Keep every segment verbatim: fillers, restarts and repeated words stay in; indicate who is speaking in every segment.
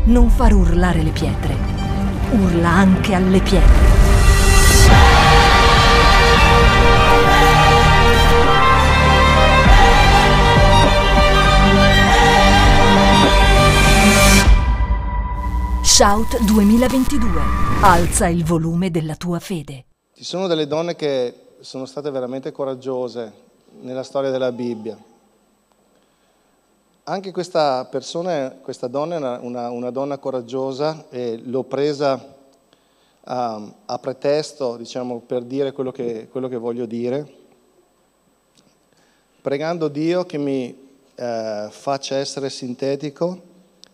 Speaker 1: Non far urlare le pietre. Urla anche alle pietre. Shout duemilaventidue. Alza il volume della tua fede.
Speaker 2: Ci sono delle donne che sono state veramente coraggiose nella storia della Bibbia. Anche questa persona, questa donna è una, una, una donna coraggiosa e l'ho presa a, a pretesto, diciamo, per dire quello che, quello che voglio dire, pregando Dio che mi eh, faccia essere sintetico.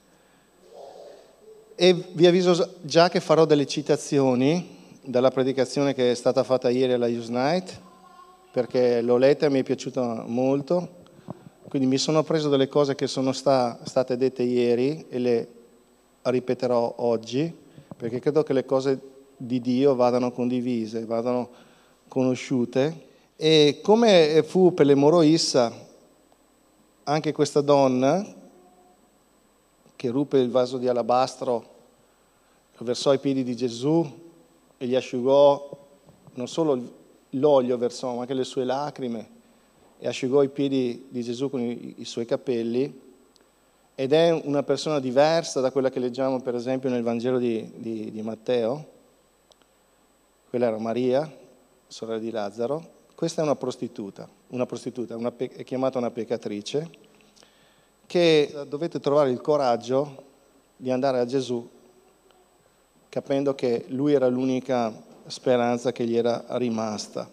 Speaker 2: E vi avviso già che farò delle citazioni dalla predicazione che è stata fatta ieri alla Youth Night, perché l'ho letta e mi è piaciuta molto. Quindi mi sono preso delle cose che sono sta, state dette ieri e le ripeterò oggi, perché credo che le cose di Dio vadano condivise, vadano conosciute. E come fu per le Moroissa, anche questa donna che ruppe il vaso di alabastro, lo versò ai piedi di Gesù e gli asciugò, non solo l'olio versò, ma anche le sue lacrime, e asciugò i piedi di Gesù con i, i suoi capelli, ed è una persona diversa da quella che leggiamo per esempio nel Vangelo di, di, di Matteo. Quella era Maria, sorella di Lazzaro. Questa è una prostituta, una prostituta, una, è chiamata una peccatrice, che dovete trovare il coraggio di andare a Gesù, capendo che lui era l'unica speranza che gli era rimasta.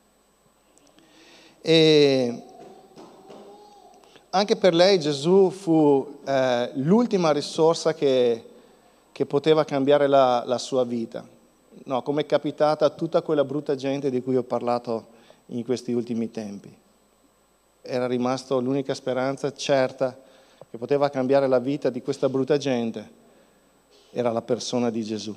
Speaker 2: E anche per lei Gesù fu eh, l'ultima risorsa che, che poteva cambiare la, la sua vita. No, come è capitata a tutta quella brutta gente di cui ho parlato in questi ultimi tempi. Era rimasto l'unica speranza certa che poteva cambiare la vita di questa brutta gente, era la persona di Gesù.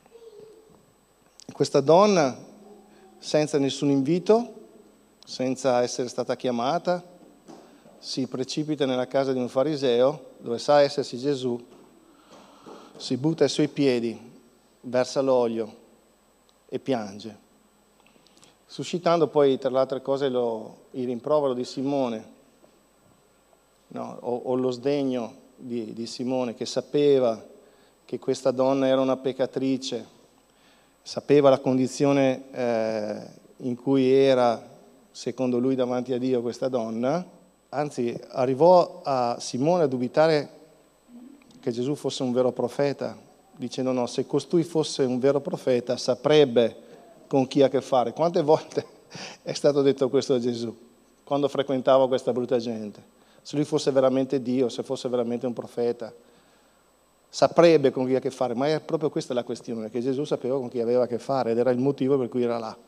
Speaker 2: E questa donna, senza nessun invito, senza essere stata chiamata, si precipita nella casa di un fariseo, dove sa essersi Gesù, si butta ai suoi piedi, versa l'olio e piange, suscitando poi, tra le altre cose, lo, il rimprovero di Simone, no, o, o lo sdegno di, di Simone, che sapeva che questa donna era una peccatrice, sapeva la condizione eh, in cui era, secondo lui, davanti a Dio questa donna. Anzi, arrivò a Simone a dubitare che Gesù fosse un vero profeta, dicendo no, se costui fosse un vero profeta saprebbe con chi ha a che fare. Quante volte è stato detto questo a Gesù, quando frequentava questa brutta gente? Se lui fosse veramente Dio, se fosse veramente un profeta, saprebbe con chi ha a che fare. Ma è proprio questa la questione, che Gesù sapeva con chi aveva a che fare ed era il motivo per cui era là.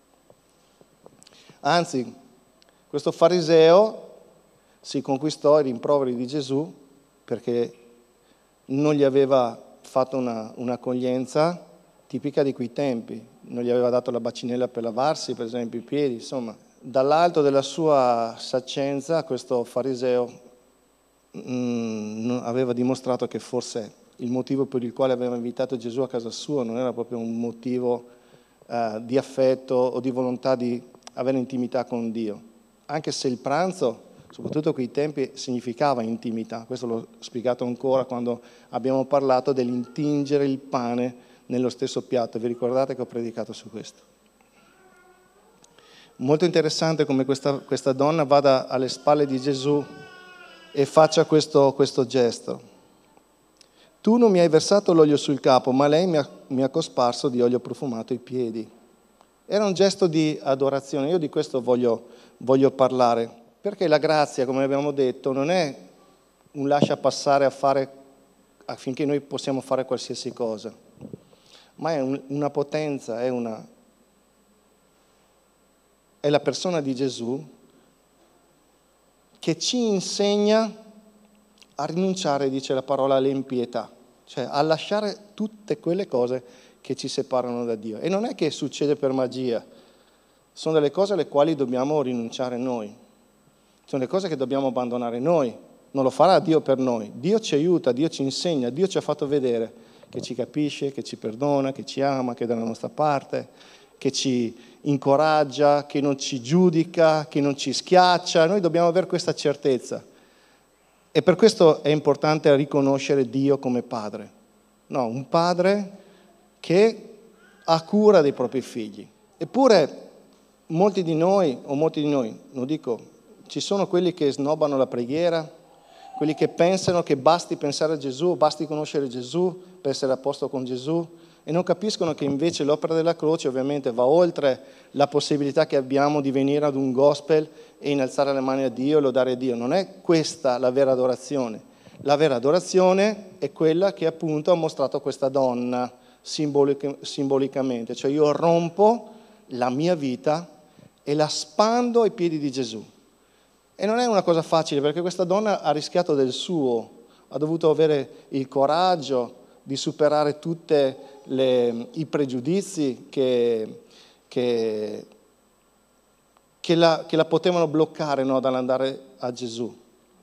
Speaker 2: Anzi, questo fariseo si conquistò i rimproveri di Gesù perché non gli aveva fatto una, un'accoglienza tipica di quei tempi, non gli aveva dato la bacinella per lavarsi, per esempio, i piedi, insomma. Dall'alto della sua saccenza questo fariseo mh, aveva dimostrato che forse il motivo per il quale aveva invitato Gesù a casa sua non era proprio un motivo uh, di affetto o di volontà di avere intimità con Dio, anche se il pranzo, soprattutto a quei tempi, significava intimità. Questo l'ho spiegato ancora quando abbiamo parlato dell'intingere il pane nello stesso piatto. Vi ricordate che ho predicato su questo? Molto interessante come questa, questa donna vada alle spalle di Gesù e faccia questo, questo gesto. Tu non mi hai versato l'olio sul capo, ma lei mi ha, mi ha cosparso di olio profumato i piedi. Era un gesto di adorazione. Io di questo voglio, voglio parlare, perché la grazia, come abbiamo detto, non è un lascia passare a fare affinché noi possiamo fare qualsiasi cosa, ma è un, una potenza, è una... è la persona di Gesù che ci insegna a rinunciare, dice la parola, all'impietà, cioè a lasciare tutte quelle cose che ci separano da Dio. E non è che succede per magia, sono delle cose alle quali dobbiamo rinunciare noi, sono le cose che dobbiamo abbandonare noi non lo farà Dio per noi. Dio ci aiuta, Dio ci insegna, Dio ci ha fatto vedere che ci capisce, che ci perdona, che ci ama, che è dalla nostra parte, che ci incoraggia, che non ci giudica, che non ci schiaccia. Noi dobbiamo avere questa certezza. E per questo è importante riconoscere Dio come padre. No, un padre che ha cura dei propri figli. Eppure molti di noi, o molti di noi, non dico, ci sono quelli che snobbano la preghiera, quelli che pensano che basti pensare a Gesù, basti conoscere Gesù per essere a posto con Gesù, e non capiscono che invece l'opera della croce ovviamente va oltre la possibilità che abbiamo di venire ad un gospel e innalzare le mani a Dio e lodare Dio. Non è questa la vera adorazione. La vera adorazione è quella che appunto ha mostrato questa donna simbolic- simbolicamente, cioè io rompo la mia vita e la spando ai piedi di Gesù. E non è una cosa facile, perché questa donna ha rischiato del suo, ha dovuto avere il coraggio di superare tutti i pregiudizi che, che, che, la, che la potevano bloccare, no, dall'andare a Gesù.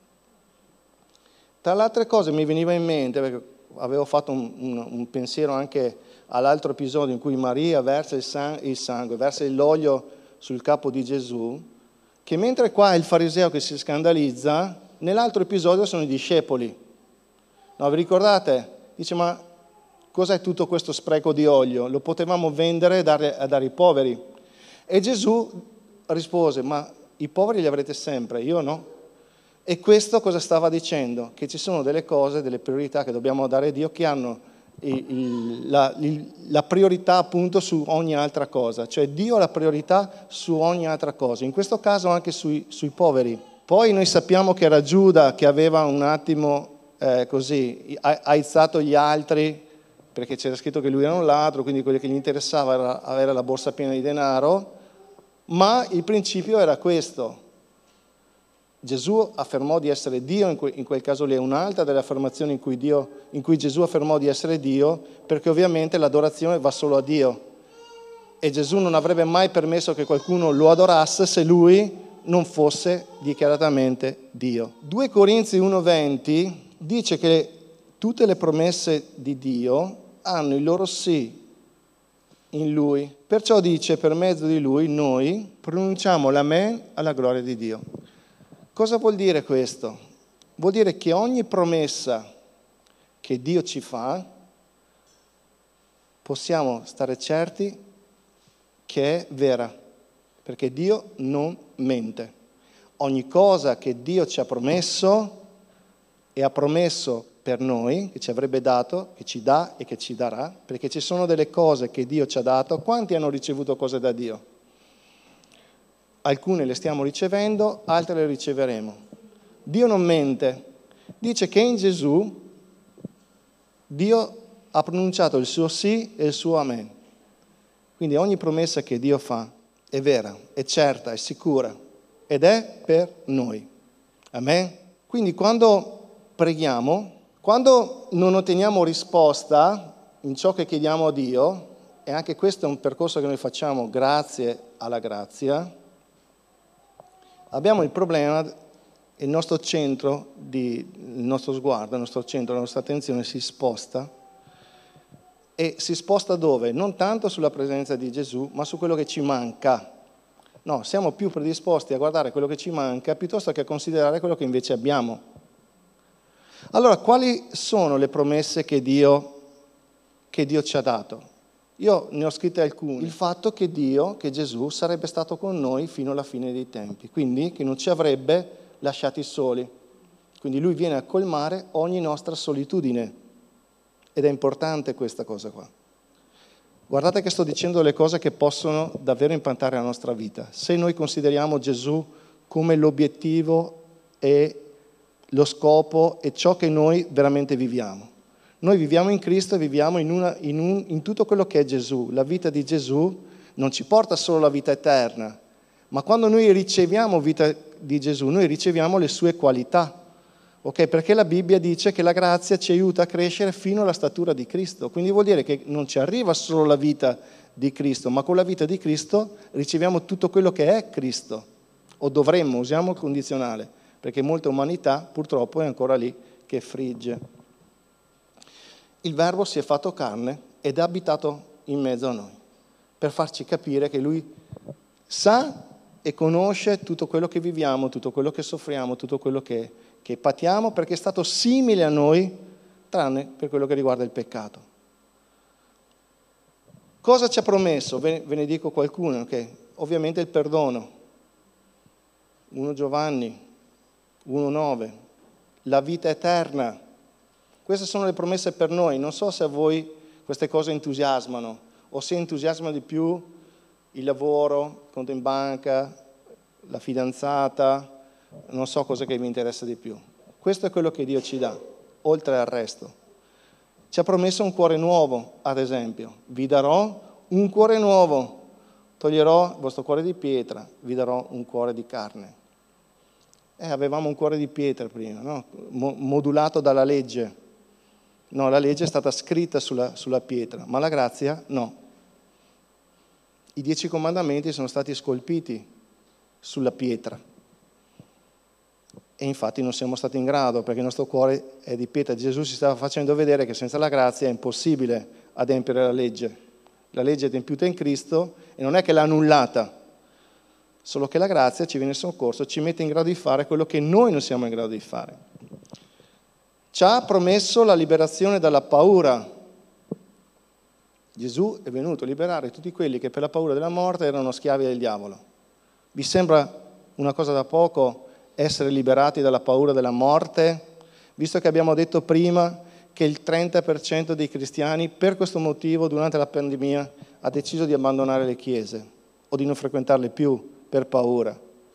Speaker 2: Tra le altre cose mi veniva in mente, perché avevo fatto un, un, un pensiero anche all'altro episodio in cui Maria versa il, sang- il sangue, versa l'olio sul capo di Gesù, che mentre qua è il fariseo che si scandalizza, nell'altro episodio sono i discepoli. No, vi ricordate? Dice, ma cos'è tutto questo spreco di olio? Lo potevamo vendere e dare, dare ai poveri. E Gesù rispose, ma i poveri li avrete sempre, io no. E questo cosa stava dicendo? Che ci sono delle cose, delle priorità che dobbiamo dare a Dio che hanno il, il, la, il, la priorità appunto su ogni altra cosa. Cioè Dio ha la priorità su ogni altra cosa, in questo caso anche sui, sui poveri. Poi noi sappiamo che era Giuda che aveva un attimo eh, così, ha aizzato gli altri, perché c'era scritto che lui era un ladro, quindi quello che gli interessava era avere la borsa piena di denaro, ma il principio era questo. Gesù affermò di essere Dio, in, que- in quel caso lì è un'altra delle affermazioni in cui, Dio, in cui Gesù affermò di essere Dio, perché ovviamente l'adorazione va solo a Dio. E Gesù non avrebbe mai permesso che qualcuno lo adorasse se lui non fosse dichiaratamente Dio. due Corinzi uno venti dice che tutte le promesse di Dio hanno il loro sì in Lui. Perciò dice, per mezzo di Lui, noi pronunciamo l'amen alla gloria di Dio. Cosa vuol dire questo? Vuol dire che ogni promessa che Dio ci fa, possiamo stare certi che è vera, perché Dio non mente. Ogni cosa che Dio ci ha promesso e ha promesso per noi, che ci avrebbe dato, che ci dà e che ci darà, perché ci sono delle cose che Dio ci ha dato. Quanti hanno ricevuto cose da Dio? Alcune le stiamo ricevendo, altre le riceveremo. Dio non mente. Dice che in Gesù Dio ha pronunciato il suo sì e il suo amen. Quindi ogni promessa che Dio fa è vera, è certa, è sicura ed è per noi. Amen? Quindi quando preghiamo, quando non otteniamo risposta in ciò che chiediamo a Dio, e anche questo è un percorso che noi facciamo grazie alla grazia, abbiamo il problema, il nostro centro, di, il nostro sguardo, il nostro centro, la nostra attenzione si sposta, e si sposta dove? Non tanto sulla presenza di Gesù, ma su quello che ci manca. No, siamo più predisposti a guardare quello che ci manca piuttosto che a considerare quello che invece abbiamo. Allora, quali sono le promesse che Dio, che Dio ci ha dato? Io ne ho scritte alcune. Il fatto che Dio, che Gesù, sarebbe stato con noi fino alla fine dei tempi, quindi che non ci avrebbe lasciati soli. Quindi Lui viene a colmare ogni nostra solitudine. Ed è importante questa cosa qua. Guardate che sto dicendo le cose che possono davvero impattare la nostra vita. Se noi consideriamo Gesù come l'obiettivo e lo scopo e ciò che noi veramente viviamo. Noi viviamo in Cristo e viviamo in, una, in, un, in tutto quello che è Gesù. La vita di Gesù non ci porta solo alla vita eterna, ma quando noi riceviamo vita di Gesù, noi riceviamo le sue qualità. Ok? Perché la Bibbia dice che la grazia ci aiuta a crescere fino alla statura di Cristo. Quindi vuol dire che non ci arriva solo la vita di Cristo, ma con la vita di Cristo riceviamo tutto quello che è Cristo. O dovremmo, usiamo il condizionale. perché molta umanità purtroppo è ancora lì che frigge. Il Verbo si è fatto carne ed è abitato in mezzo a noi, per farci capire che Lui sa e conosce tutto quello che viviamo, tutto quello che soffriamo, tutto quello che, che patiamo, perché è stato simile a noi, tranne per quello che riguarda il peccato. Cosa ci ha promesso? Ve, ve ne dico qualcuno, che ovviamente il perdono. primo Giovanni uno nove, la vita eterna. Queste sono le promesse per noi. Non so se a voi queste cose entusiasmano, o se entusiasma di più il lavoro, il conto in banca, la fidanzata, non so cosa che vi interessa di più. Questo è quello che Dio ci dà, oltre al resto. Ci ha promesso un cuore nuovo, ad esempio. Vi darò un cuore nuovo, toglierò il vostro cuore di pietra, vi darò un cuore di carne. Eh, avevamo un cuore di pietra prima, no? Mo- modulato dalla legge. No, la legge è stata scritta sulla, sulla pietra, ma la grazia no. I dieci comandamenti sono stati scolpiti sulla pietra. E infatti non siamo stati in grado, perché il nostro cuore è di pietra. Gesù ci stava facendo vedere che senza la grazia è impossibile adempiere la legge. La legge è adempiuta in Cristo e non è che l'ha annullata, solo che la grazia ci viene in soccorso, ci mette in grado di fare quello che noi non siamo in grado di fare. Ci ha promesso la liberazione dalla paura. Gesù è venuto a liberare tutti quelli che per la paura della morte erano schiavi del diavolo. Vi sembra una cosa da poco essere liberati dalla paura della morte? Visto che abbiamo detto prima che il trenta per cento dei cristiani per questo motivo durante la pandemia ha deciso di abbandonare le chiese o di non frequentarle più per paura.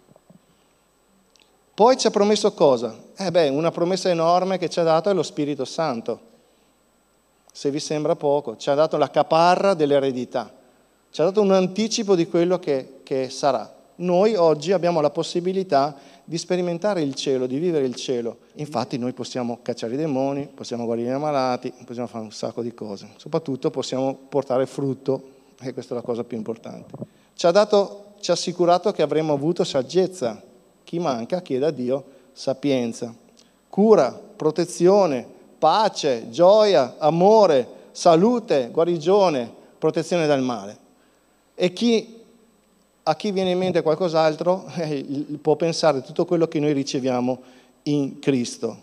Speaker 2: Poi ci ha promesso cosa? Eh beh, una promessa enorme che ci ha dato è lo Spirito Santo. Se vi sembra poco, ci ha dato la caparra dell'eredità, ci ha dato un anticipo di quello che, che sarà. Noi oggi abbiamo la possibilità di sperimentare il cielo, di vivere il cielo. Infatti noi possiamo cacciare i demoni, possiamo guarire i malati, possiamo fare un sacco di cose. Soprattutto possiamo portare frutto, e questa è la cosa più importante. Ci ha dato, ci ha assicurato che avremmo avuto saggezza. Chi manca chiede a Dio sapienza, cura, protezione, pace, gioia, amore, salute, guarigione, protezione dal male. E chi, a chi viene in mente qualcos'altro eh, può pensare a tutto quello che noi riceviamo in Cristo.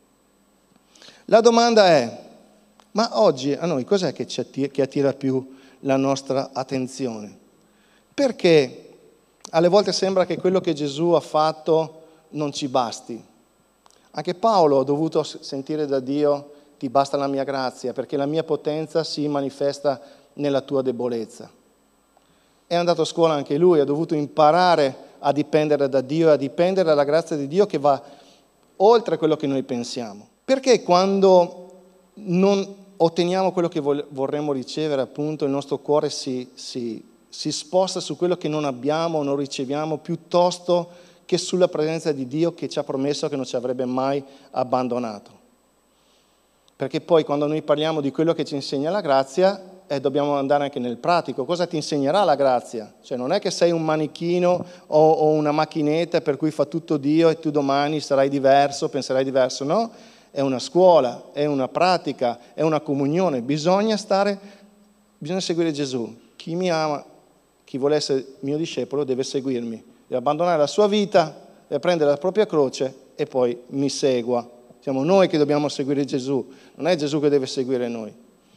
Speaker 2: La domanda è, ma oggi a noi cos'è che, ci attira, che attira più la nostra attenzione? Perché alle volte sembra che quello che Gesù ha fatto non ci basti. Anche Paolo ha dovuto sentire da Dio, ti basta la mia grazia, perché la mia potenza si manifesta nella tua debolezza. È andato a scuola anche lui, ha dovuto imparare a dipendere da Dio e a dipendere dalla grazia di Dio che va oltre quello che noi pensiamo. Perché quando non otteniamo quello che vorremmo ricevere, appunto, il nostro cuore si, si, si sposta su quello che non abbiamo o non riceviamo, piuttosto che sulla presenza di Dio che ci ha promesso che non ci avrebbe mai abbandonato. Perché poi quando noi parliamo di quello che ci insegna la grazia, eh, dobbiamo andare anche nel pratico. Cosa ti insegnerà la grazia? Cioè non è che sei un manichino o, o una macchinetta per cui fa tutto Dio e tu domani sarai diverso, penserai diverso. No, è una scuola, è una pratica, è una comunione. Bisogna stare, bisogna seguire Gesù. Chi mi ama, chi vuole essere mio discepolo deve seguirmi. Deve abbandonare la sua vita, deve prendere la propria croce e poi mi segua. Siamo noi che dobbiamo seguire Gesù, non è Gesù che deve seguire noi.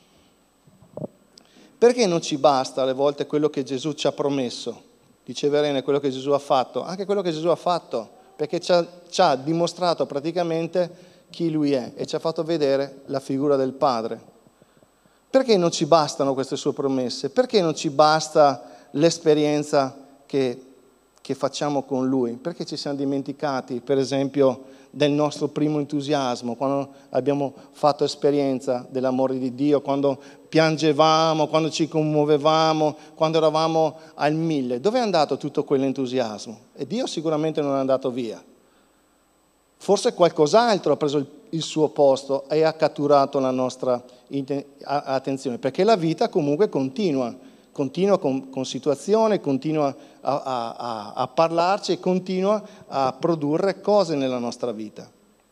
Speaker 2: Perché non ci basta alle volte quello che Gesù ci ha promesso? Dice Verena, quello che Gesù ha fatto, anche quello che Gesù ha fatto, perché ci ha, ci ha dimostrato praticamente chi Lui è e ci ha fatto vedere la figura del Padre. Perché non ci bastano queste sue promesse? Perché non ci basta l'esperienza che che facciamo con Lui? Perché ci siamo dimenticati, per esempio, del nostro primo entusiasmo, quando abbiamo fatto esperienza dell'amore di Dio, quando piangevamo, quando ci commuovevamo, quando eravamo al mille. Dove è andato tutto quell'entusiasmo? E Dio sicuramente non è andato via. Forse qualcos'altro ha preso il, il suo posto e ha catturato la nostra attenzione, perché la vita comunque continua. continua con, con situazioni, continua a, a, a, a parlarci e continua a produrre cose nella nostra vita.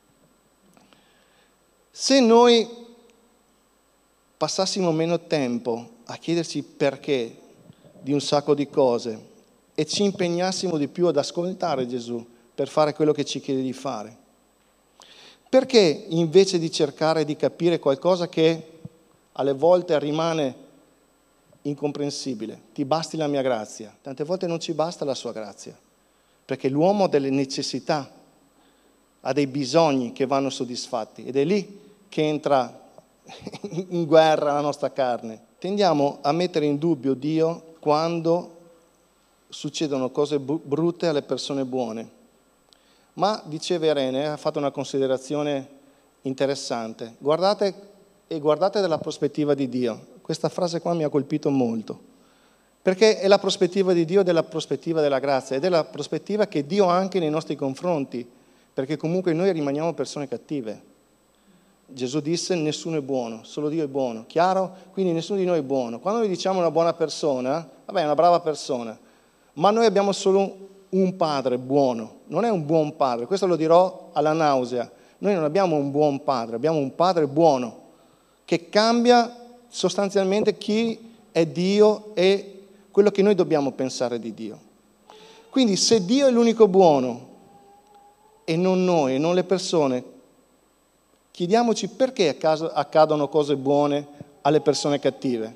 Speaker 2: Se noi passassimo meno tempo a chiederci perché di un sacco di cose e ci impegnassimo di più ad ascoltare Gesù per fare quello che ci chiede di fare, perché invece di cercare di capire qualcosa che alle volte rimane incomprensibile, ti basti la mia grazia? Tante volte non ci basta la sua grazia, perché l'uomo ha delle necessità, ha dei bisogni che vanno soddisfatti ed è lì che entra in guerra la nostra carne. Tendiamo a mettere in dubbio Dio quando succedono cose brutte alle persone buone. Ma, diceva Irene, ha fatto una considerazione interessante. Guardate e guardate dalla prospettiva di Dio. Questa frase qua mi ha colpito molto, perché è la prospettiva di Dio ed è la prospettiva della grazia, ed è la prospettiva che Dio ha anche nei nostri confronti, perché comunque noi rimaniamo persone cattive. Gesù disse nessuno è buono, solo Dio è buono, chiaro? Quindi nessuno di noi è buono. Quando noi diciamo una buona persona, vabbè è una brava persona, ma noi abbiamo solo un padre buono, non è un buon padre, questo lo dirò alla nausea. Noi non abbiamo un buon padre, abbiamo un padre buono che cambia sostanzialmente chi è Dio e quello che noi dobbiamo pensare di Dio. Quindi se Dio è l'unico buono e non noi, e non le persone, chiediamoci perché accadono cose buone alle persone cattive.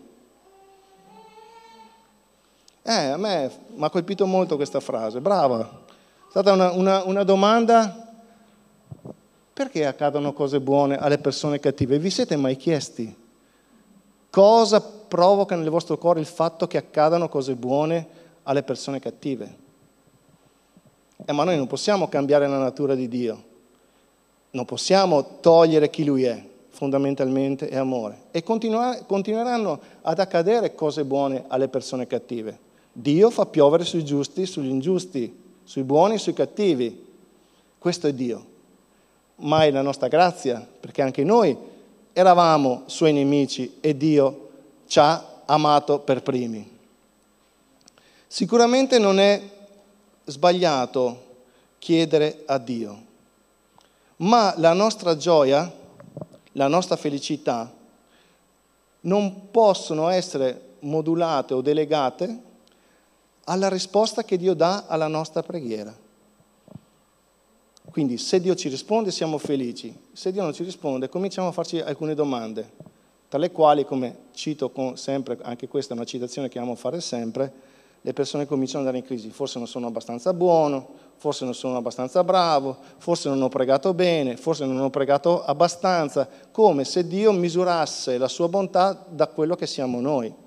Speaker 2: Eh, a me mi ha colpito molto questa frase, brava. È stata una, una, una domanda, perché accadono cose buone alle persone cattive? Vi siete mai chiesti cosa provoca nel vostro cuore il fatto che accadano cose buone alle persone cattive? Eh, ma noi non possiamo cambiare la natura di Dio, non possiamo togliere chi Lui è, fondamentalmente è amore. E continua, continueranno ad accadere cose buone alle persone cattive. Dio fa piovere sui giusti, sugli ingiusti, sui buoni e sui cattivi. Questo è Dio. Ma è la nostra grazia, perché anche noi eravamo Suoi nemici e Dio ci ha amato per primi. Sicuramente non è sbagliato chiedere a Dio, ma la nostra gioia, la nostra felicità non possono essere modulate o delegate alla risposta che Dio dà alla nostra preghiera. Quindi se Dio ci risponde siamo felici, se Dio non ci risponde cominciamo a farci alcune domande, tra le quali, come cito con sempre, anche questa è una citazione che amo fare sempre, le persone cominciano ad andare in crisi, forse non sono abbastanza buono, forse non sono abbastanza bravo, forse non ho pregato bene, forse non ho pregato abbastanza, come se Dio misurasse la sua bontà da quello che siamo noi.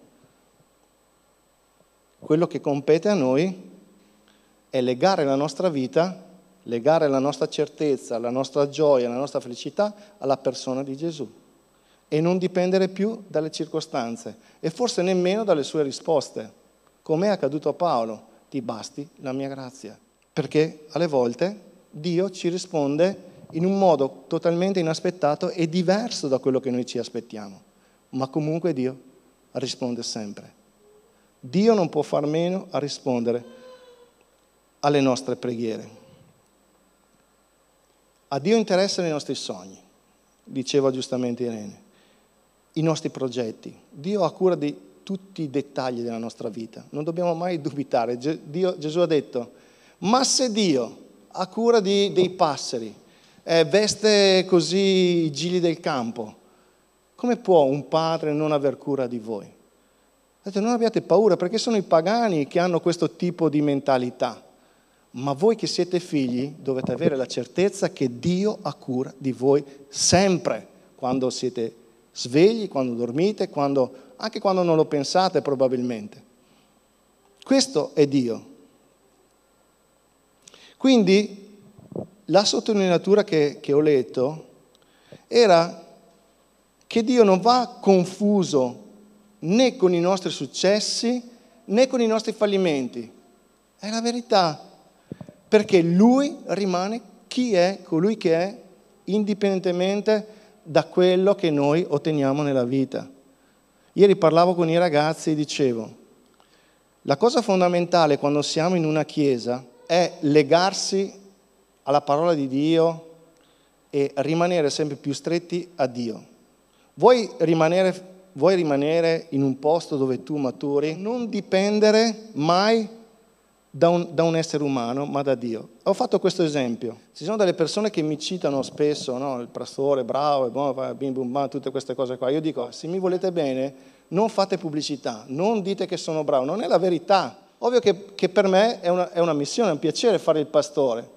Speaker 2: Quello che compete a noi è legare la nostra vita, legare la nostra certezza, la nostra gioia, la nostra felicità alla persona di Gesù e non dipendere più dalle circostanze e forse nemmeno dalle sue risposte, come è accaduto a Paolo, ti basti la mia grazia, perché alle volte Dio ci risponde in un modo totalmente inaspettato e diverso da quello che noi ci aspettiamo, ma comunque Dio risponde sempre. Dio non può far meno a rispondere alle nostre preghiere. A Dio interessano i nostri sogni, diceva giustamente Irene, i nostri progetti. Dio ha cura di tutti i dettagli della nostra vita, non dobbiamo mai dubitare. Dio, Gesù ha detto, ma se Dio ha cura di, dei passeri, eh, veste così i gigli del campo, come può un padre non aver cura di voi? Ha detto, non abbiate paura, perché sono i pagani che hanno questo tipo di mentalità. Ma voi che siete figli dovete avere la certezza che Dio ha cura di voi sempre, quando siete svegli, quando dormite, quando, anche quando non lo pensate probabilmente. Questo è Dio. Quindi la sottolineatura che, che ho letto era che Dio non va confuso né con i nostri successi né con i nostri fallimenti. È la verità, perché Lui rimane chi è, colui che è, indipendentemente da quello che noi otteniamo nella vita. Ieri parlavo con i ragazzi e dicevo, La cosa fondamentale quando siamo in una chiesa è legarsi alla parola di Dio e rimanere sempre più stretti a Dio. Vuoi rimanere, vuoi rimanere in un posto dove tu maturi? Non dipendere mai da un, da un essere umano, ma da Dio. Ho fatto questo esempio. Ci sono delle persone che mi citano spesso, no? Il pastore bravo, e buono, bim bum bam, tutte queste cose qua. Io dico, se mi volete bene, non fate pubblicità, non dite che sono bravo, non è la verità. Ovvio che, che per me è una, è una missione, è un piacere fare il pastore,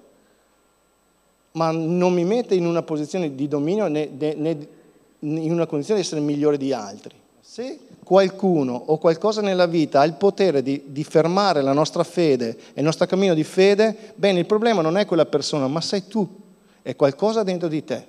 Speaker 2: ma non mi mette in una posizione di dominio né, né, né in una condizione di essere migliore di altri. Se qualcuno o qualcosa nella vita ha il potere di, di fermare la nostra fede e il nostro cammino di fede, bene, il problema non è quella persona, ma sei tu, è qualcosa dentro di te.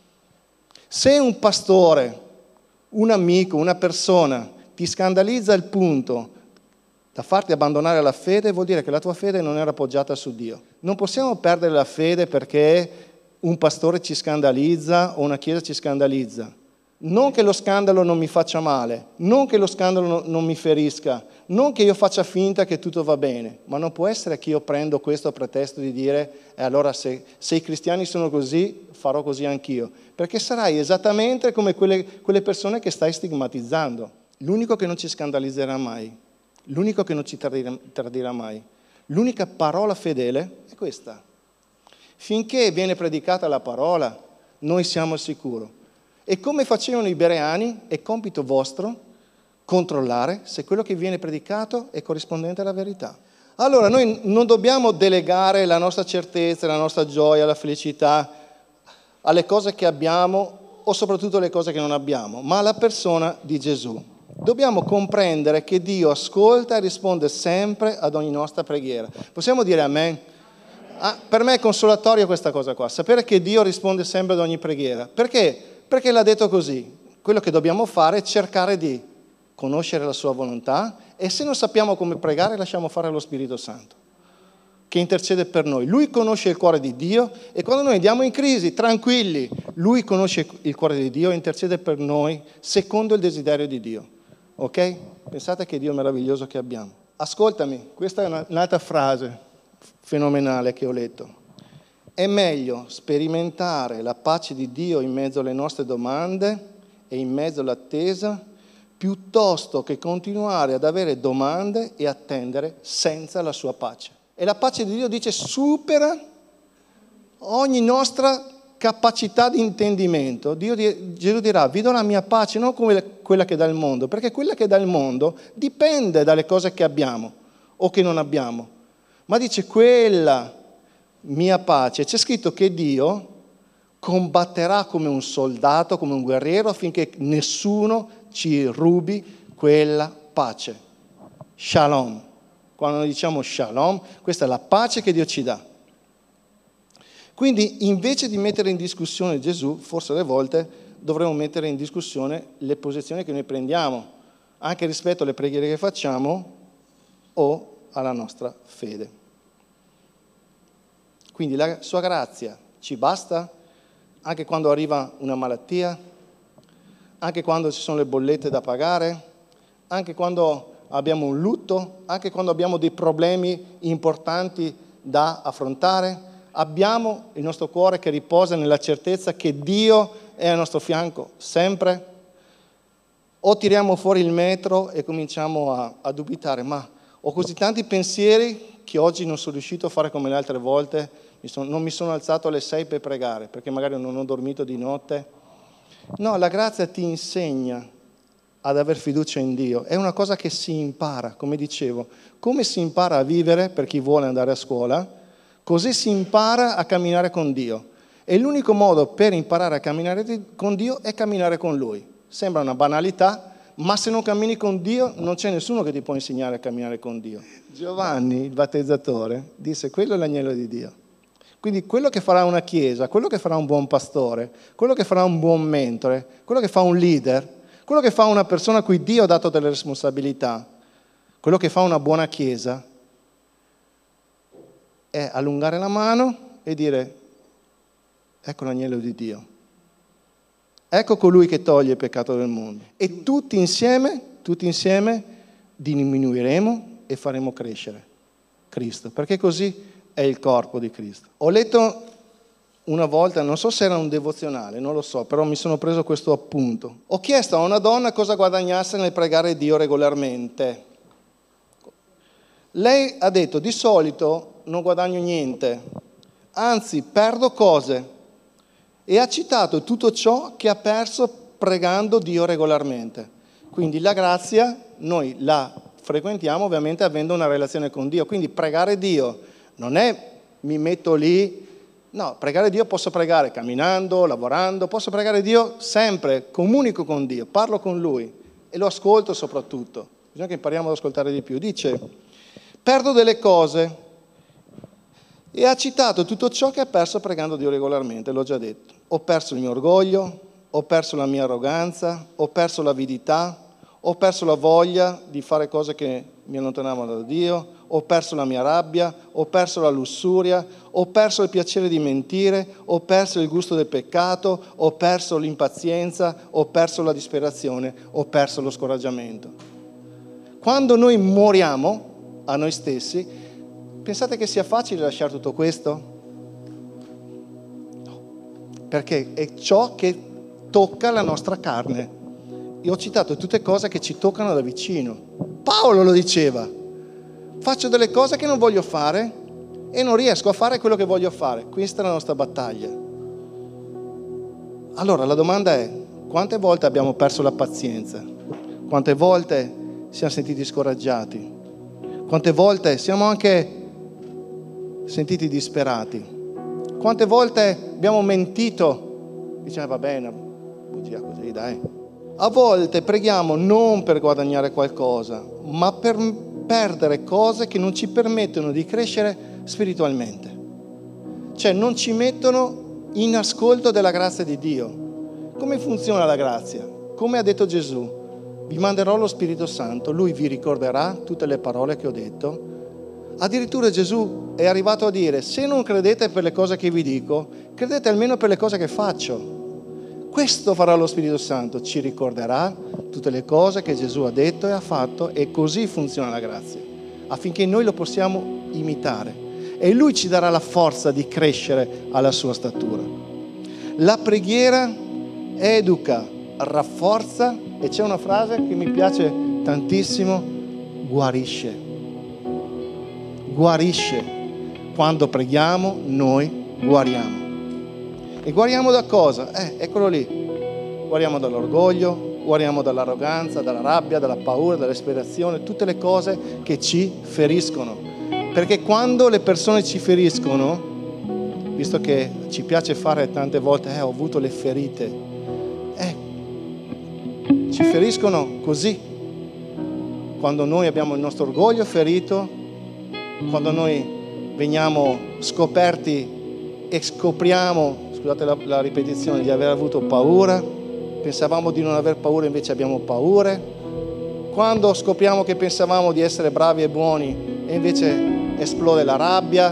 Speaker 2: Se un pastore, un amico, una persona ti scandalizza al punto da farti abbandonare la fede, vuol dire che la tua fede non era appoggiata su Dio. Non possiamo perdere la fede perché un pastore ci scandalizza o una chiesa ci scandalizza. Non che lo scandalo non mi faccia male, non che lo scandalo non mi ferisca, non che io faccia finta che tutto va bene, ma non può essere che io prendo questo a pretesto di dire eh, allora se, se i cristiani sono così, farò così anch'io. Perché sarai esattamente come quelle, quelle persone che stai stigmatizzando. L'unico che non ci scandalizzerà mai, l'unico che non ci tradirà, tradirà mai, l'unica parola fedele è questa. Finché viene predicata la parola, noi siamo al sicuro. E come facevano i bereani, è compito vostro controllare se quello che viene predicato è corrispondente alla verità. Allora, noi non dobbiamo delegare la nostra certezza, la nostra gioia, la felicità alle cose che abbiamo o soprattutto alle cose che non abbiamo, ma alla persona di Gesù. Dobbiamo comprendere che Dio ascolta e risponde sempre ad ogni nostra preghiera. Possiamo dire amen? Ah, per me è consolatorio questa cosa qua, sapere che Dio risponde sempre ad ogni preghiera. Perché? Perché l'ha detto così. Quello che dobbiamo fare è cercare di conoscere la sua volontà e se non sappiamo come pregare lasciamo fare allo Spirito Santo che intercede per noi. Lui conosce il cuore di Dio e quando noi andiamo in crisi, tranquilli, Lui conosce il cuore di Dio e intercede per noi secondo il desiderio di Dio. Ok? Pensate che Dio meraviglioso che abbiamo. Ascoltami, questa è una, un'altra frase fenomenale che ho letto. È meglio sperimentare la pace di Dio in mezzo alle nostre domande e in mezzo all'attesa, piuttosto che continuare ad avere domande e attendere senza la sua pace. E la pace di Dio, dice, supera ogni nostra capacità di intendimento. Dio, Gesù dirà, vi do la mia pace, non come quella che dà il mondo, perché quella che dà il mondo dipende dalle cose che abbiamo o che non abbiamo. Ma dice, quella mia pace, c'è scritto che Dio combatterà come un soldato, come un guerriero, affinché nessuno ci rubi quella pace. Shalom. Quando noi diciamo shalom, questa è la pace che Dio ci dà. Quindi invece di mettere in discussione Gesù, forse alle volte dovremmo mettere in discussione le posizioni che noi prendiamo, anche rispetto alle preghiere che facciamo o alla nostra fede. Quindi la sua grazia ci basta anche quando arriva una malattia, anche quando ci sono le bollette da pagare, anche quando abbiamo un lutto, anche quando abbiamo dei problemi importanti da affrontare. Abbiamo il nostro cuore che riposa nella certezza che Dio è al nostro fianco sempre. O tiriamo fuori il metro e cominciamo a, a dubitare, ma ho così tanti pensieri che oggi non sono riuscito a fare come le altre volte. Mi sono, non mi sono alzato alle sei per pregare, perché magari non ho dormito di notte. No, la grazia ti insegna ad aver fiducia in Dio. È una cosa che si impara, come dicevo. Come si impara a vivere per chi vuole andare a scuola, così si impara a camminare con Dio. E l'unico modo per imparare a camminare con Dio è camminare con Lui. Sembra una banalità, ma se non cammini con Dio non c'è nessuno che ti può insegnare a camminare con Dio. Giovanni, il battezzatore, disse quello è l'agnello di Dio. Quindi quello che farà una chiesa, quello che farà un buon pastore, quello che farà un buon mentore, quello che fa un leader, quello che fa una persona a cui Dio ha dato delle responsabilità, quello che fa una buona chiesa, è allungare la mano e dire ecco l'agnello di Dio, ecco colui che toglie il peccato del mondo. E tutti insieme, tutti insieme diminuiremo e faremo crescere Cristo, perché così è il corpo di Cristo. Ho letto una volta, non so se era un devozionale, non lo so, però mi sono preso questo appunto. Ho chiesto a una donna cosa guadagnasse nel pregare Dio regolarmente. Lei ha detto: di solito non guadagno niente, anzi perdo cose, e ha citato tutto ciò che ha perso pregando Dio regolarmente. Quindi la grazia noi la frequentiamo ovviamente avendo una relazione con Dio, quindi pregare Dio non è mi metto lì, no, pregare Dio posso pregare camminando, lavorando, posso pregare Dio sempre, comunico con Dio, parlo con Lui e lo ascolto soprattutto. Bisogna che impariamo ad ascoltare di più. Dice: perdo delle cose, e ha citato tutto ciò che ha perso pregando Dio regolarmente, l'ho già detto. Ho perso il mio orgoglio, ho perso la mia arroganza, ho perso l'avidità, ho perso la voglia di fare cose che mi allontanavano da Dio, ho perso la mia rabbia, ho perso la lussuria, ho perso il piacere di mentire, ho perso il gusto del peccato, ho perso l'impazienza, ho perso la disperazione, ho perso lo scoraggiamento. Quando noi moriamo a noi stessi, pensate che sia facile lasciare tutto questo? No, perché è ciò che tocca la nostra carne. Io ho citato tutte cose che ci toccano da vicino. Paolo lo diceva: faccio delle cose che non voglio fare e non riesco a fare quello che voglio fare. Questa è la nostra battaglia. Allora la domanda è: quante volte abbiamo perso la pazienza? Quante volte siamo sentiti scoraggiati? Quante volte siamo anche sentiti disperati? Quante volte abbiamo mentito? Diciamo va bene, bugia così, dai. A volte preghiamo non per guadagnare qualcosa, ma per perdere cose che non ci permettono di crescere spiritualmente. Cioè non ci mettono in ascolto della grazia di Dio. Come funziona la grazia? Come ha detto Gesù: vi manderò lo Spirito Santo, Lui vi ricorderà tutte le parole che ho detto. Addirittura Gesù è arrivato a dire: se non credete per le cose che vi dico, credete almeno per le cose che faccio. Questo farà lo Spirito Santo, ci ricorderà tutte le cose che Gesù ha detto e ha fatto, e così funziona la grazia, affinché noi lo possiamo imitare. E Lui ci darà la forza di crescere alla sua statura. La preghiera educa, rafforza, e c'è una frase che mi piace tantissimo: guarisce. Guarisce. Quando preghiamo noi guariamo. E guariamo da cosa? Eh, eccolo lì. Guariamo dall'orgoglio, guariamo dall'arroganza, dalla rabbia, dalla paura, dall'aspirazione, tutte le cose che ci feriscono. Perché quando le persone ci feriscono, visto che ci piace fare tante volte, eh, ho avuto le ferite, eh, ci feriscono così. Quando noi abbiamo il nostro orgoglio ferito, quando noi veniamo scoperti e scopriamo, scusate la, la ripetizione, di aver avuto paura, pensavamo di non aver paura, invece abbiamo paure. Quando scopriamo che pensavamo di essere bravi e buoni e invece esplode la rabbia.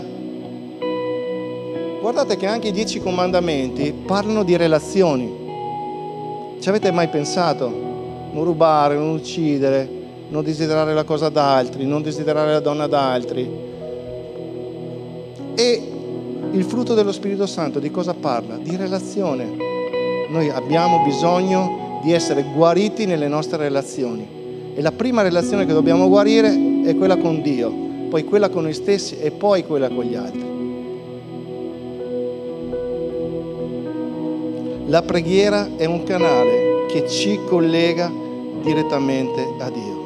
Speaker 2: Guardate che anche i dieci comandamenti parlano di relazioni. Ci avete mai pensato? Non rubare, non uccidere, non desiderare la cosa da altri, non desiderare la donna da altri. E il frutto dello Spirito Santo di cosa parla? Di relazione. Noi abbiamo bisogno di essere guariti nelle nostre relazioni. E la prima relazione che dobbiamo guarire è quella con Dio, poi quella con noi stessi e poi quella con gli altri. La preghiera è un canale che ci collega direttamente a Dio.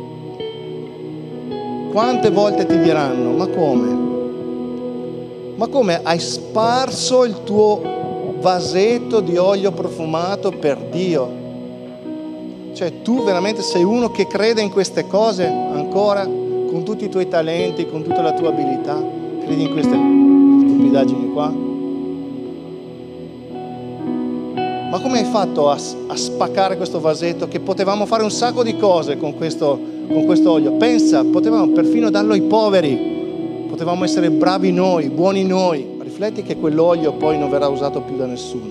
Speaker 2: Quante volte ti diranno: ma come? Ma come hai sparso il tuo vasetto di olio profumato per Dio? Cioè tu veramente sei uno che crede in queste cose ancora, con tutti i tuoi talenti, con tutta la tua abilità? Credi in queste stupidaggini qua? Ma come hai fatto a, a spaccare questo vasetto, che potevamo fare un sacco di cose con questo, con questo olio? Pensa, potevamo perfino darlo ai poveri. Potevamo essere bravi noi, buoni noi. Rifletti che quell'olio poi non verrà usato più da nessuno.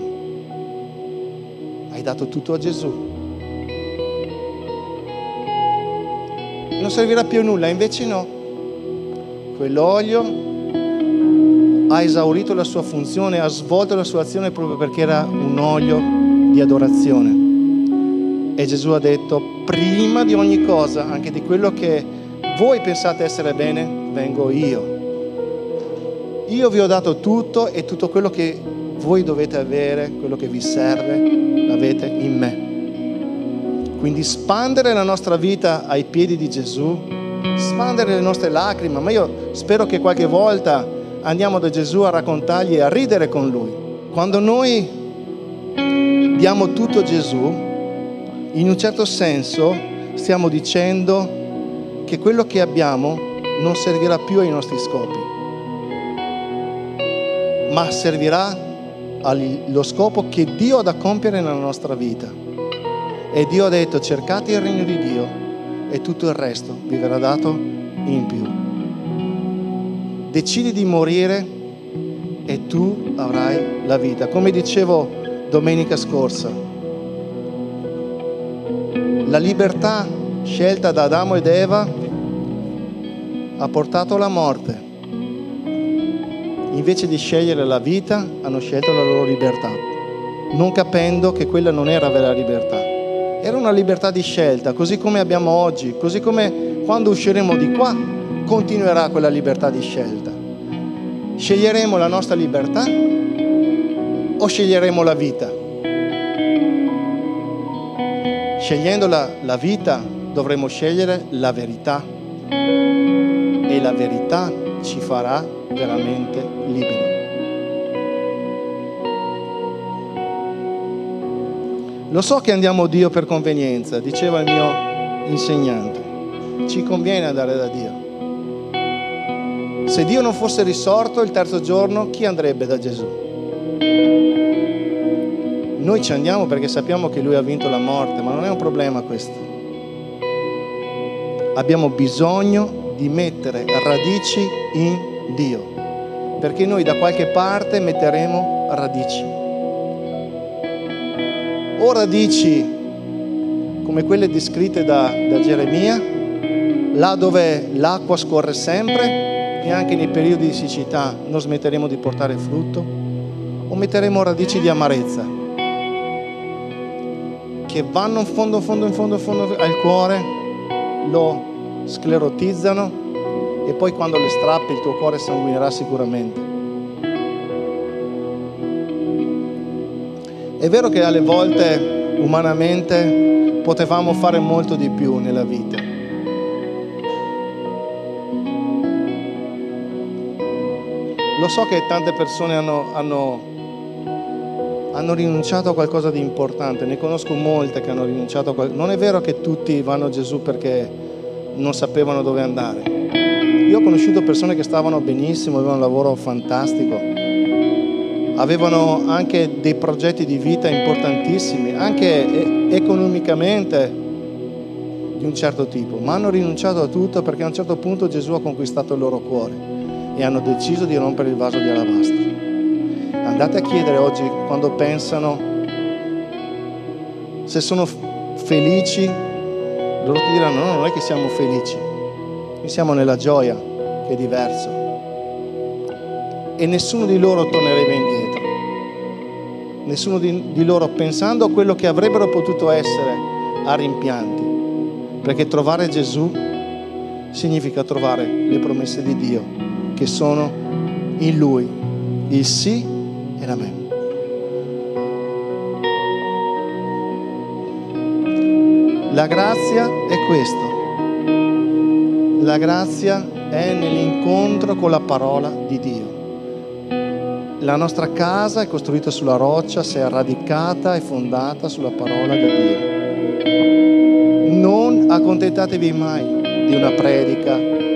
Speaker 2: Hai dato tutto a Gesù. non servirà più a nulla. Invece no, quell'olio ha esaurito la sua funzione, ha svolto la sua azione proprio perché era un olio di adorazione. E Gesù ha detto: prima di ogni cosa, anche di quello che voi pensate essere bene, vengo io. Io vi ho dato tutto, e tutto quello che voi dovete avere, quello che vi serve, l'avete in me. Quindi spandere la nostra vita ai piedi di Gesù, spandere le nostre lacrime, ma io spero che qualche volta andiamo da Gesù a raccontargli e a ridere con Lui. Quando noi diamo tutto a Gesù, in un certo senso stiamo dicendo che quello che abbiamo non servirà più ai nostri scopi, ma servirà allo scopo che Dio ha da compiere nella nostra vita. E Dio ha detto: cercate il regno di Dio e tutto il resto vi verrà dato in più. Decidi di morire e tu avrai la vita. Come dicevo domenica scorsa, la libertà scelta da Adamo ed Eva ha portato alla morte. Invece di scegliere la vita, hanno scelto la loro libertà, non capendo che quella non era vera libertà. Era una libertà di scelta, così come abbiamo oggi, così come quando usciremo di qua continuerà quella libertà di scelta. Sceglieremo la nostra libertà o sceglieremo la vita? Scegliendo la, la vita dovremo scegliere la verità, e la verità ci farà veramente liberi. Lo so che andiamo a Dio per convenienza, diceva il mio insegnante. Ci conviene andare da Dio. Se Dio non fosse risorto il terzo giorno, chi andrebbe da Gesù? Noi ci andiamo perché sappiamo che Lui ha vinto la morte, ma non è un problema questo. Abbiamo bisogno di mettere radici in Dio, perché noi da qualche parte metteremo radici. O radici come quelle descritte da, da Geremia, là dove l'acqua scorre sempre e anche nei periodi di siccità non smetteremo di portare frutto, o metteremo radici di amarezza che vanno in fondo, in fondo, in fondo, in fondo al cuore, lo sclerotizzano, e poi quando le strappi il tuo cuore sanguinerà sicuramente. È vero che alle volte umanamente potevamo fare molto di più nella vita. Lo so che tante persone hanno, hanno, hanno rinunciato a qualcosa di importante, ne conosco molte che hanno rinunciato a qualcosa. Non è vero che tutti vanno a Gesù perché non sapevano dove andare. Io ho conosciuto persone che stavano benissimo, avevano un lavoro fantastico, avevano anche dei progetti di vita importantissimi, anche economicamente di un certo tipo, ma hanno rinunciato a tutto perché a un certo punto Gesù ha conquistato il loro cuore e hanno deciso di rompere il vaso di alabastro. Andate a chiedere oggi, quando pensano, se sono felici, loro ti diranno: no, non è che siamo felici, noi siamo nella gioia, che è diverso. E nessuno di loro tornerebbe indietro, nessuno di, di loro, pensando a quello che avrebbero potuto essere, a rimpianti, perché trovare Gesù significa trovare le promesse di Dio, che sono in Lui, il sì e l'amen. La grazia è questo, la grazia è nell'incontro con la parola di Dio. La nostra casa è costruita sulla roccia, se è radicata e fondata sulla parola di Dio. Non accontentatevi mai di una predica,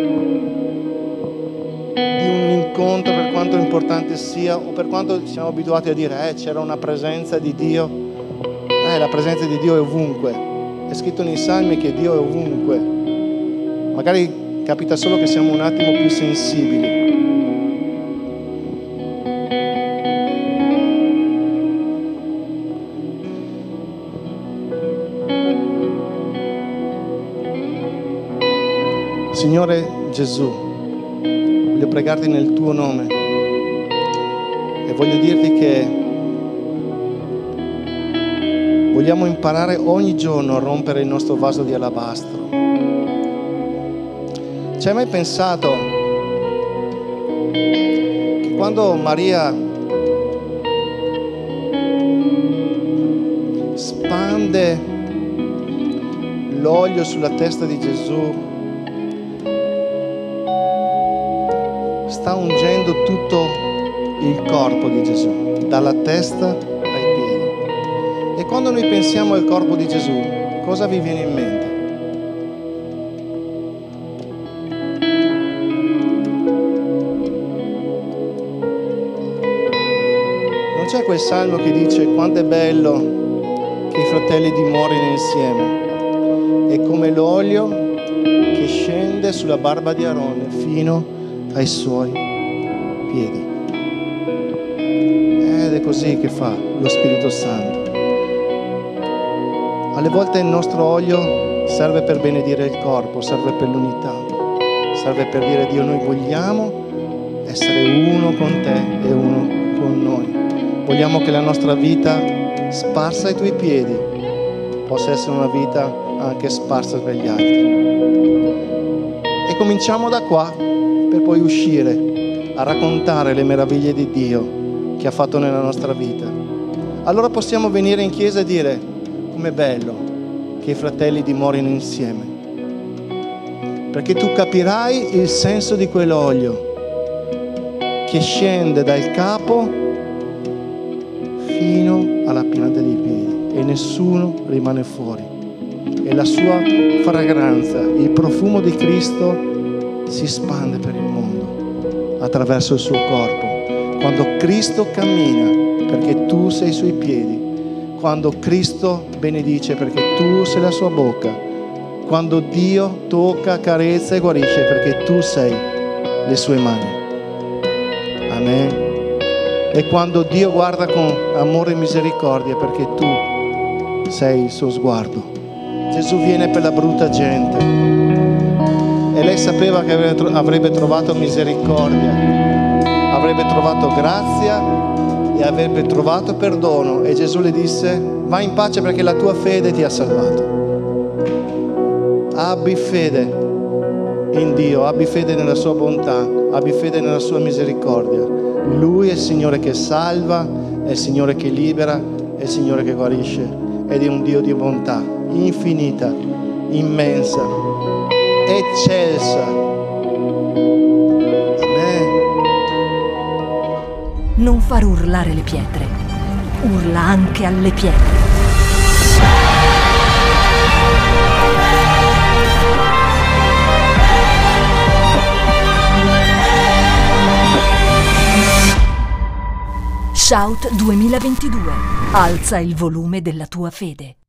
Speaker 2: di un incontro, per quanto importante sia, o per quanto siamo abituati a dire eh, c'era una presenza di Dio. Eh, la presenza di Dio è ovunque. È scritto nei Salmi che Dio è ovunque. Magari capita solo che siamo un attimo più sensibili. Signore Gesù, voglio pregarti nel tuo nome e voglio dirti che vogliamo imparare ogni giorno a rompere il nostro vaso di alabastro. Ci hai mai pensato che quando Maria spande l'olio sulla testa di Gesù, sta ungendo tutto il corpo di Gesù, dalla testa ai piedi. E quando noi pensiamo al corpo di Gesù, cosa vi viene in mente? Non c'è quel salmo che dice quanto è bello che i fratelli dimorino insieme? È come l'olio che scende sulla barba di Aronne fino ai suoi piedi. Ed è così che fa lo Spirito Santo. Alle volte il nostro olio serve per benedire il corpo, serve per l'unità, serve per dire: Dio, noi vogliamo essere uno con te e uno con noi. Vogliamo che la nostra vita sparsa ai tuoi piedi possa essere una vita anche sparsa per gli altri. E cominciamo da qua per poi uscire a raccontare le meraviglie di Dio che ha fatto nella nostra vita. Allora possiamo venire in chiesa e dire: com'è bello che i fratelli dimorino insieme, perché tu capirai il senso di quell'olio che scende dal capo fino alla pianta dei piedi e nessuno rimane fuori. E la sua fragranza, il profumo di Cristo si spande per il mondo attraverso il suo corpo. Quando Cristo cammina, perché tu sei ai suoi piedi. Quando Cristo benedice, perché tu sei la sua bocca. Quando Dio tocca, carezza e guarisce, perché tu sei le sue mani. Amen. E quando Dio guarda con amore e misericordia, perché tu sei il suo sguardo. Gesù viene per la brutta gente e lei sapeva che avrebbe trovato misericordia, avrebbe trovato grazia e avrebbe trovato perdono. E Gesù le disse: vai in pace perché la tua fede ti ha salvato. Abbi fede in Dio, abbi fede nella sua bontà, abbi fede nella sua misericordia. Lui è il Signore che salva, è il Signore che libera, è il Signore che guarisce ed è un Dio di bontà infinita, immensa, eccelsa. Amen.
Speaker 1: Non far urlare le pietre, urla anche alle pietre. Shout duemilaventidue. Alza il volume della tua fede.